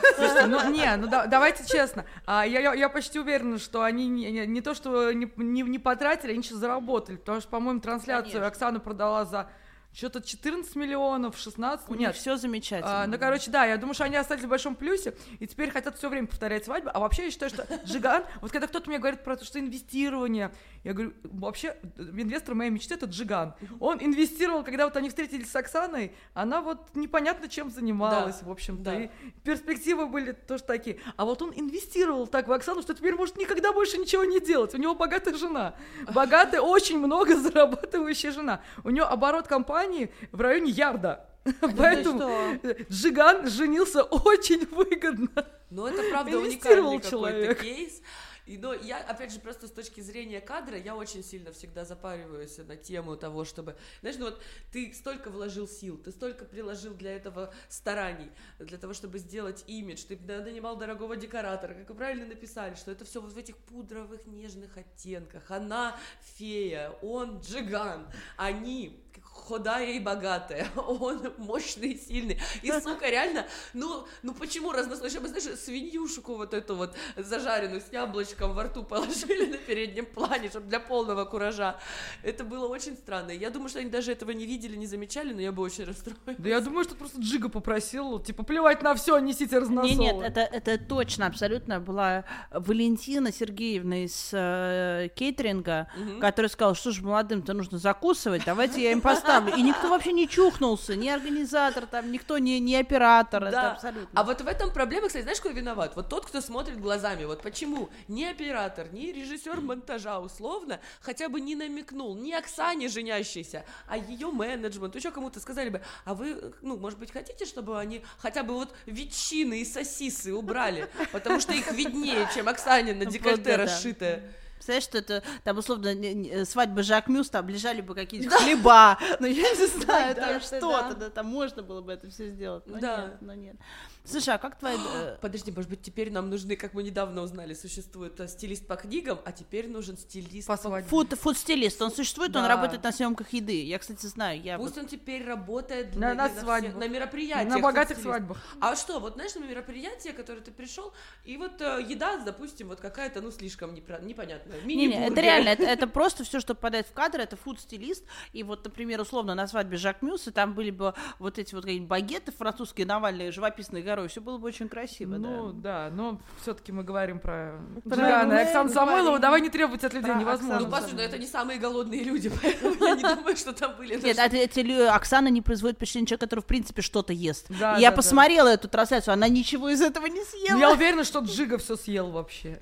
S1: Слушайте, давайте честно, я почти уверена, что они не то, что не потратили, они сейчас заработали, потому что, по-моему, трансляцию Оксана продала за что-то 14 миллионов, 16,
S3: нет, все замечательно.
S1: Ну, короче, да, я думаю, что они остались в большом плюсе, и теперь хотят все время повторять свадьбу, а вообще я считаю, что Джиган, вот когда кто-то мне говорит про то, что инвестирование, я говорю, вообще, инвестор моей мечты — это Джиган. Он инвестировал, когда вот они встретились с Оксаной, она вот непонятно чем занималась, в общем-то, и перспективы были тоже такие. А вот он инвестировал так в Оксану, что теперь может никогда больше ничего не делать. У него богатая жена, богатая, очень много зарабатывающая жена. У него оборот компании в районе ярда. Поэтому Джиган женился очень выгодно.
S2: Но это правда уникальный какой-то кейс. Но я, опять же, просто с точки зрения кадра, я очень сильно всегда запариваюсь на тему того, чтобы, знаешь, ну вот ты столько вложил сил, ты столько приложил для этого стараний, для того, чтобы сделать имидж, ты нанимал дорогого декоратора, как вы правильно написали, что это все вот в этих пудровых нежных оттенках, она фея, он Джиган, они худая и богатая, он мощный и сильный, и, сука, реально, ну почему разносочно, мы, знаешь, свинюшку вот эту вот зажаренную с яблочком во рту положили на переднем плане, чтобы для полного куража, это было очень странно, я думаю, что они даже этого не видели, не замечали, но я бы очень расстроилась.
S1: Да я думаю, что просто Джига попросил, типа, плевать на все, несите разносолы.
S3: Нет, это точно, абсолютно была Валентина Сергеевна из кейтеринга, которая сказала, что же молодым-то нужно закусывать, давайте я им поставлю. И никто вообще не чухнулся, ни организатор, там, никто не оператор,
S2: да.
S3: Это абсолютно.
S2: А вот в этом проблема, кстати, знаешь, кто виноват? Вот тот, кто смотрит глазами, вот почему ни оператор, ни режиссер монтажа, условно, хотя бы не намекнул, ни Оксане женящейся, а ее менеджменту, еще кому-то сказали бы, а вы, ну, может быть, хотите, чтобы они хотя бы вот ветчины и сосисы убрали, потому что их виднее, чем Оксане на декольте расшитая.
S3: Представляешь, что это, там, условно, свадьба Жак Мюс, там лежали бы какие-то хлеба, но я не знаю, там что-то, там можно было бы это все сделать, но нет. Слушай, а как твоя...
S2: Подожди, может быть, теперь нам нужны, как мы недавно узнали, существует стилист по книгам, а теперь нужен стилист по свадьбе.
S3: Фуд-стилист, он существует, он работает на съемках еды, я, кстати, знаю.
S2: Пусть он теперь работает
S1: на свадьбах,
S2: на мероприятиях.
S1: На богатых свадьбах.
S2: А что, вот знаешь, на мероприятие, которое ты пришел, и вот еда, допустим, вот какая-то, ну, слишком непонятная.
S3: Не, это реально, это просто все, что попадает в кадр, это фуд-стилист, и вот, например, условно, на свадьбе Жак Мюса там были бы вот эти вот какие-нибудь багеты французские, Навальные, живописные горой, все было бы очень красиво,
S1: ну, да, но все-таки мы говорим про Джигана и Оксану Самойлову, давай не требовать от людей, невозможно.
S2: Ну, послушай, но это не самые голодные люди, поэтому я не думаю, что там были...
S3: Нет, Оксана не производит впечатление человека, который, в принципе, что-то ест. Я посмотрела эту трансляцию, она ничего из этого не съела.
S1: Я уверена, что Джига все съел вообще.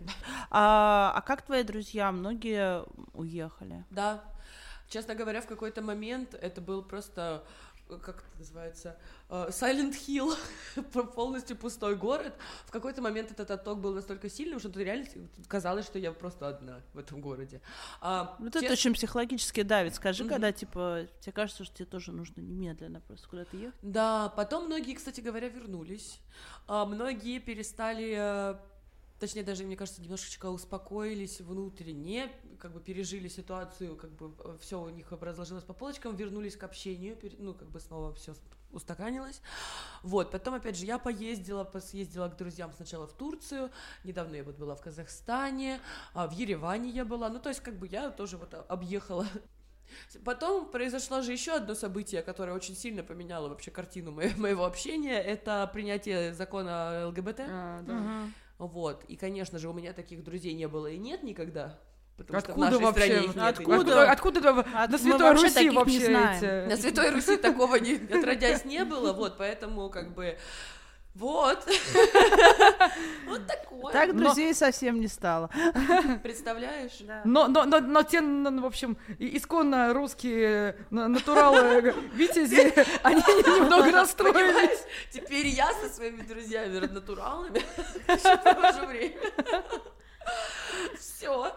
S3: А как твои друзья? Многие уехали.
S2: Да. Честно говоря, в какой-то момент это был просто, как это называется, Silent Hill, полностью пустой город. В какой-то момент этот отток был настолько сильным, что реально казалось, что я просто одна в этом городе.
S3: Вот это очень психологически давит. Скажи, когда, типа, тебе кажется, что тебе тоже нужно немедленно просто куда-то ехать?
S2: Да, потом многие, кстати говоря, вернулись. Многие перестали точнее, даже, мне кажется, немножечко успокоились внутренне, как бы пережили ситуацию, как бы все у них разложилось по полочкам, вернулись к общению, ну, как бы снова все устаканилось. Вот, потом, опять же, я съездила к друзьям сначала в Турцию, недавно я вот была в Казахстане, в Ереване я была, ну, то есть, как бы я тоже вот объехала. Потом произошло же еще одно событие, которое очень сильно поменяло вообще картину моего общения, это принятие закона ЛГБТ. Вот, и, конечно же, у меня таких друзей не было и нет никогда. Потому
S1: откуда
S2: что в нашей
S1: вообще?
S2: стране их нет.
S1: Откуда на Святой Руси вообще эти?
S2: На Святой Руси такого отродясь не было, вот, поэтому как бы вот. Вот такое.
S3: Так друзей совсем не стало.
S2: Представляешь?
S3: Да.
S1: Но те, в общем, исконно русские натуралы витязи, они немного расстроились.
S2: Теперь я со своими друзьями натуралами еще в то же время. Все.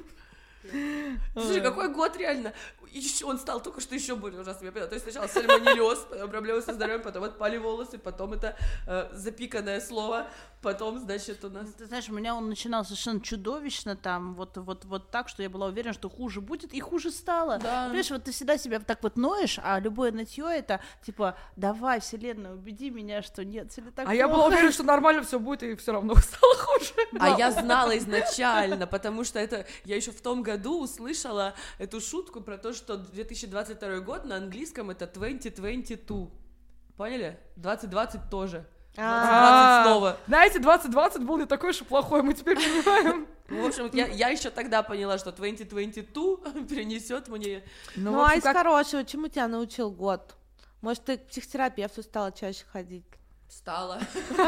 S2: Слушай, какой год реально. Он стал только что еще более ужасным. То есть сначала сальмонеллез, потом проблемы со здоровьем, потом отпали волосы, потом это запиканное слово, потом, значит, у нас...
S3: Ты знаешь, у меня он начинал совершенно чудовищно там, вот так, что я была уверена, что хуже будет, и хуже стало.
S2: Да.
S3: Понимаешь, вот ты всегда себя так вот ноешь, а любое нытье это типа, давай, вселенная, убеди меня, что нет, все так плохо.
S1: Я была уверена, что нормально все будет, и все равно стало хуже.
S2: А я знала изначально, потому что это я еще в том году услышала эту шутку про то, что 2022 год на английском это 2022. Поняли? 2020 тоже. 2020 снова.
S1: Знаете, 2020 был не такой уж и плохой, мы теперь понимаем.
S2: В общем, я еще тогда поняла, что 2022 принесет мне...
S4: Ну, а из хорошего, чему тебя научил год? Может, ты к психотерапевту стала чаще ходить?
S2: Стала.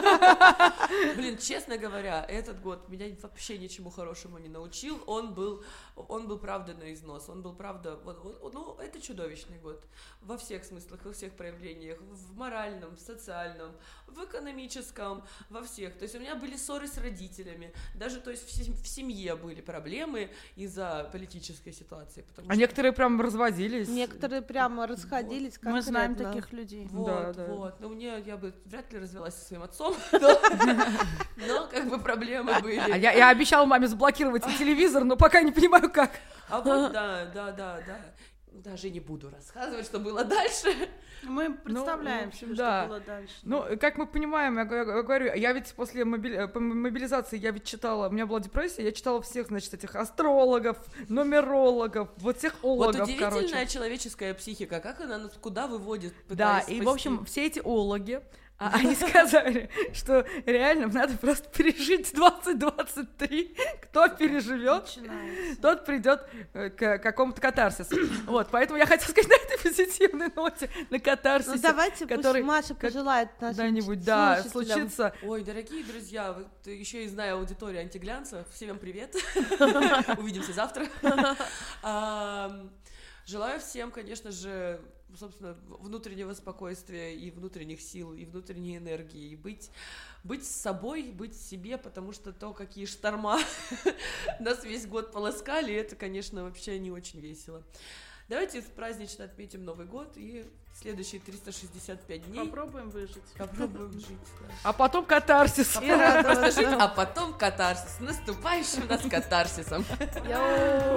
S2: Блин, честно говоря, этот год меня вообще ничему хорошему не научил. Он был правда на износ. Он был правда... Ну, это чудовищный год. Во всех смыслах, во всех проявлениях. В моральном, в социальном, в экономическом, во всех. То есть у меня были ссоры с родителями. Даже, то есть в семье были проблемы из-за политической ситуации.
S1: А некоторые прям разводились.
S4: Некоторые прямо расходились.
S3: Вот. Мы знаем таких людей.
S2: Вот. Но я бы вряд ли развелась со своим отцом, но как бы проблемы были.
S1: Я обещала маме заблокировать телевизор, но пока не понимаю, как.
S2: А вот, да. Даже не буду рассказывать, что было дальше.
S3: Мы представляем, что было дальше.
S1: Ну, как мы понимаем, я говорю, я ведь после мобилизации, я ведь читала, у меня была депрессия, я читала всех, значит, этих астрологов, нумерологов, вот всех ологов,
S2: вот удивительная человеческая психика, как она нас куда выводит,
S1: да, и, в общем, все эти ологи, они сказали, что реально надо просто пережить 2023. Кто переживет, тот придет к какому-то катарсису. Вот, поэтому я хотела сказать на этой позитивной ноте, на катарсисе.
S4: Ну давайте, который, пусть Маша пожелает нашим слушателям.
S1: Случится.
S2: Ой, дорогие друзья, вот еще и зная аудиторию антиглянца, всем привет. Увидимся завтра. Желаю всем, конечно же, собственно, внутреннего спокойствия и внутренних сил, и внутренней энергии, и быть с собой, быть себе, потому что то, какие шторма нас весь год полоскали, это, конечно, вообще не очень весело. Давайте празднично отметим Новый год и следующие 365 дней.
S3: Попробуем выжить.
S2: Попробуем жить, да.
S1: А потом катарсис.
S2: Просто жить, а потом катарсис. С наступающим нас катарсисом.